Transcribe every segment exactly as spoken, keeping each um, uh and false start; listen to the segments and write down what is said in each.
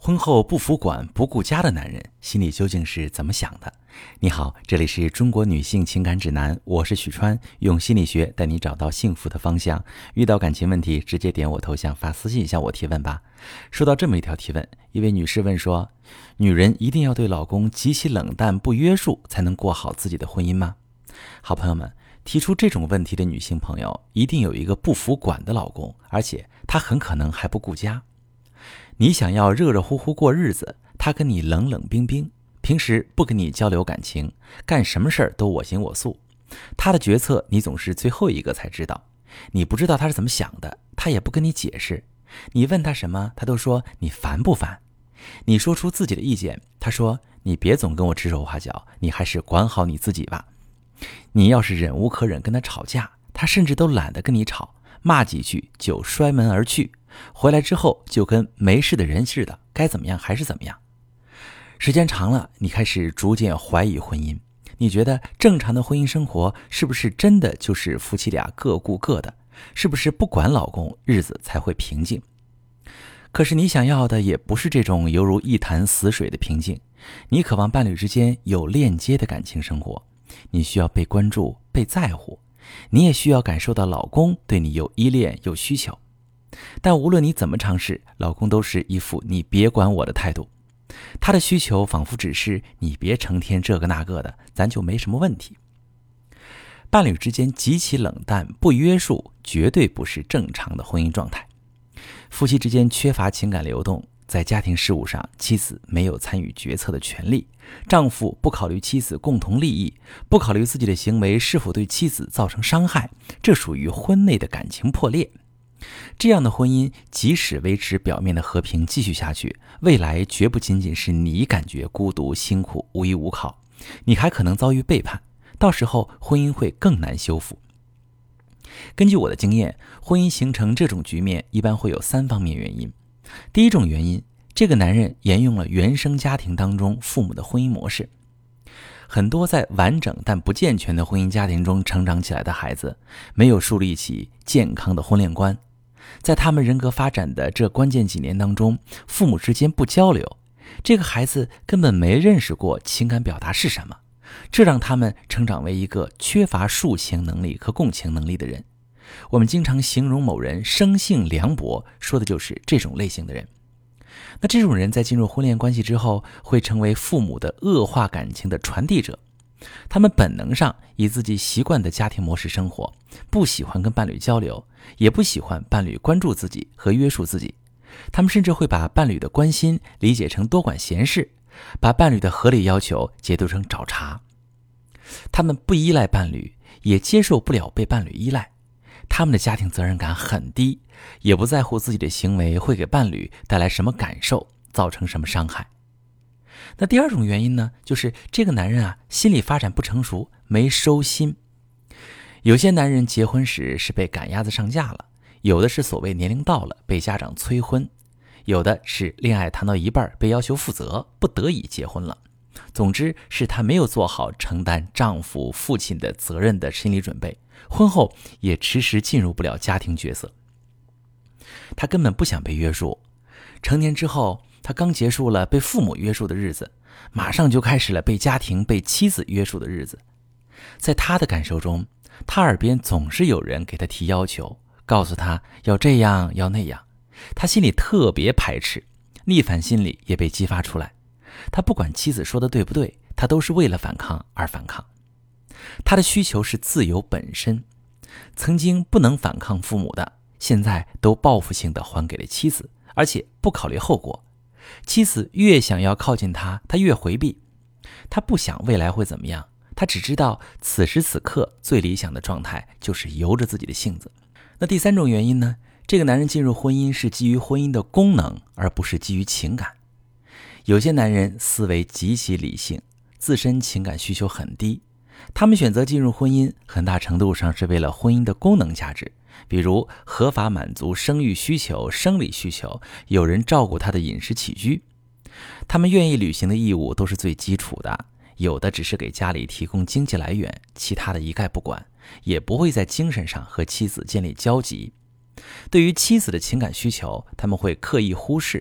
婚后不服管不顾家的男人心里究竟是怎么想的？你好，这里是中国女性情感指南，我是许川，用心理学带你找到幸福的方向。遇到感情问题，直接点我头像发私信向我提问吧。收到这么一条提问，一位女士问说，女人一定要对老公极其冷淡不约束才能过好自己的婚姻吗？好朋友们，提出这种问题的女性朋友一定有一个不服管的老公，而且他很可能还不顾家。你想要热热乎乎过日子，他跟你冷冷冰冰，平时不跟你交流感情，干什么事儿都我行我素。他的决策你总是最后一个才知道，你不知道他是怎么想的，他也不跟你解释。你问他什么，他都说你烦不烦？你说出自己的意见，他说你别总跟我指手画脚，你还是管好你自己吧。你要是忍无可忍跟他吵架，他甚至都懒得跟你吵，骂几句就摔门而去，回来之后就跟没事的人似的，该怎么样还是怎么样。时间长了，你开始逐渐怀疑婚姻，你觉得正常的婚姻生活是不是真的就是夫妻俩各顾各的？是不是不管老公，日子才会平静？可是你想要的也不是这种犹如一潭死水的平静，你渴望伴侣之间有链接的感情生活，你需要被关注、被在乎，你也需要感受到老公对你有依恋、有需求。但无论你怎么尝试，老公都是一副你别管我的态度。他的需求仿佛只是你别成天这个那个的，咱就没什么问题。伴侣之间极其冷淡不约束，绝对不是正常的婚姻状态。夫妻之间缺乏情感流动，在家庭事务上，妻子没有参与决策的权利，丈夫不考虑妻子共同利益，不考虑自己的行为是否对妻子造成伤害，这属于婚内的感情破裂。这样的婚姻即使维持表面的和平继续下去，未来绝不仅仅是你感觉孤独辛苦无依无靠，你还可能遭遇背叛，到时候婚姻会更难修复。根据我的经验，婚姻形成这种局面一般会有三方面原因。第一种原因，这个男人沿用了原生家庭当中父母的婚姻模式。很多在完整但不健全的婚姻家庭中成长起来的孩子，没有树立起健康的婚恋观，在他们人格发展的这关键几年当中，父母之间不交流，这个孩子根本没认识过情感表达是什么，这让他们成长为一个缺乏抒情能力和共情能力的人。我们经常形容某人生性凉薄，说的就是这种类型的人。那这种人在进入婚恋关系之后，会成为父母的恶化感情的传递者。他们本能上以自己习惯的家庭模式生活，不喜欢跟伴侣交流，也不喜欢伴侣关注自己和约束自己。他们甚至会把伴侣的关心理解成多管闲事，把伴侣的合理要求解读成找茬。他们不依赖伴侣，也接受不了被伴侣依赖。他们的家庭责任感很低，也不在乎自己的行为会给伴侣带来什么感受，造成什么伤害。那第二种原因呢，就是这个男人啊，心理发展不成熟，没收心。有些男人结婚时是被赶鸭子上架了，有的是所谓年龄到了被家长催婚，有的是恋爱谈到一半被要求负责，不得已结婚了。总之是他没有做好承担丈夫父亲的责任的心理准备，婚后也迟迟进入不了家庭角色。他根本不想被约束，成年之后他刚结束了被父母约束的日子，马上就开始了被家庭被妻子约束的日子。在他的感受中，他耳边总是有人给他提要求，告诉他要这样要那样，他心里特别排斥，逆反心理也被激发出来。他不管妻子说的对不对，他都是为了反抗而反抗。他的需求是自由本身，曾经不能反抗父母的，现在都报复性的还给了妻子，而且不考虑后果。妻子越想要靠近他，他越回避。他不想未来会怎么样，他只知道此时此刻最理想的状态就是由着自己的性子。那第三种原因呢，这个男人进入婚姻是基于婚姻的功能，而不是基于情感。有些男人思维极其理性，自身情感需求很低，他们选择进入婚姻很大程度上是为了婚姻的功能价值，比如合法满足生育需求、生理需求，有人照顾他的饮食起居。他们愿意履行的义务都是最基础的，有的只是给家里提供经济来源，其他的一概不管，也不会在精神上和妻子建立交集。对于妻子的情感需求，他们会刻意忽视，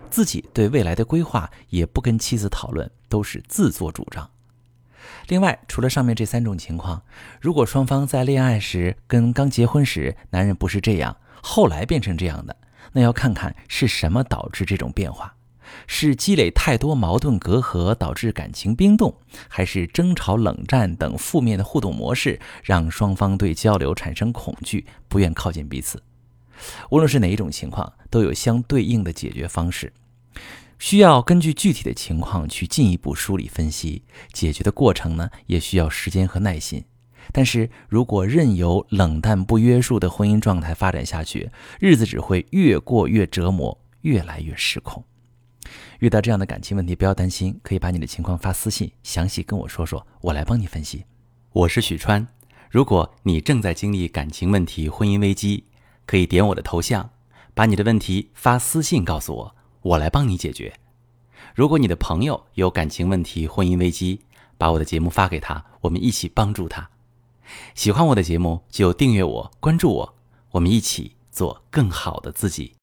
自己对未来的规划也不跟妻子讨论，都是自作主张。另外，除了上面这三种情况，如果双方在恋爱时跟刚结婚时男人不是这样，后来变成这样的，那要看看是什么导致这种变化，是积累太多矛盾隔阂导致感情冰冻，还是争吵冷战等负面的互动模式让双方对交流产生恐惧，不愿靠近彼此。无论是哪一种情况，都有相对应的解决方式，需要根据具体的情况去进一步梳理分析，解决的过程呢，也需要时间和耐心。但是如果任由冷淡不约束的婚姻状态发展下去，日子只会越过越折磨，越来越失控。遇到这样的感情问题，不要担心，可以把你的情况发私信，详细跟我说说，我来帮你分析。我是许川，如果你正在经历感情问题、婚姻危机，可以点我的头像，把你的问题发私信告诉我，我来帮你解决。如果你的朋友有感情问题、婚姻危机，把我的节目发给他，我们一起帮助他。喜欢我的节目就订阅我、关注我，我们一起做更好的自己。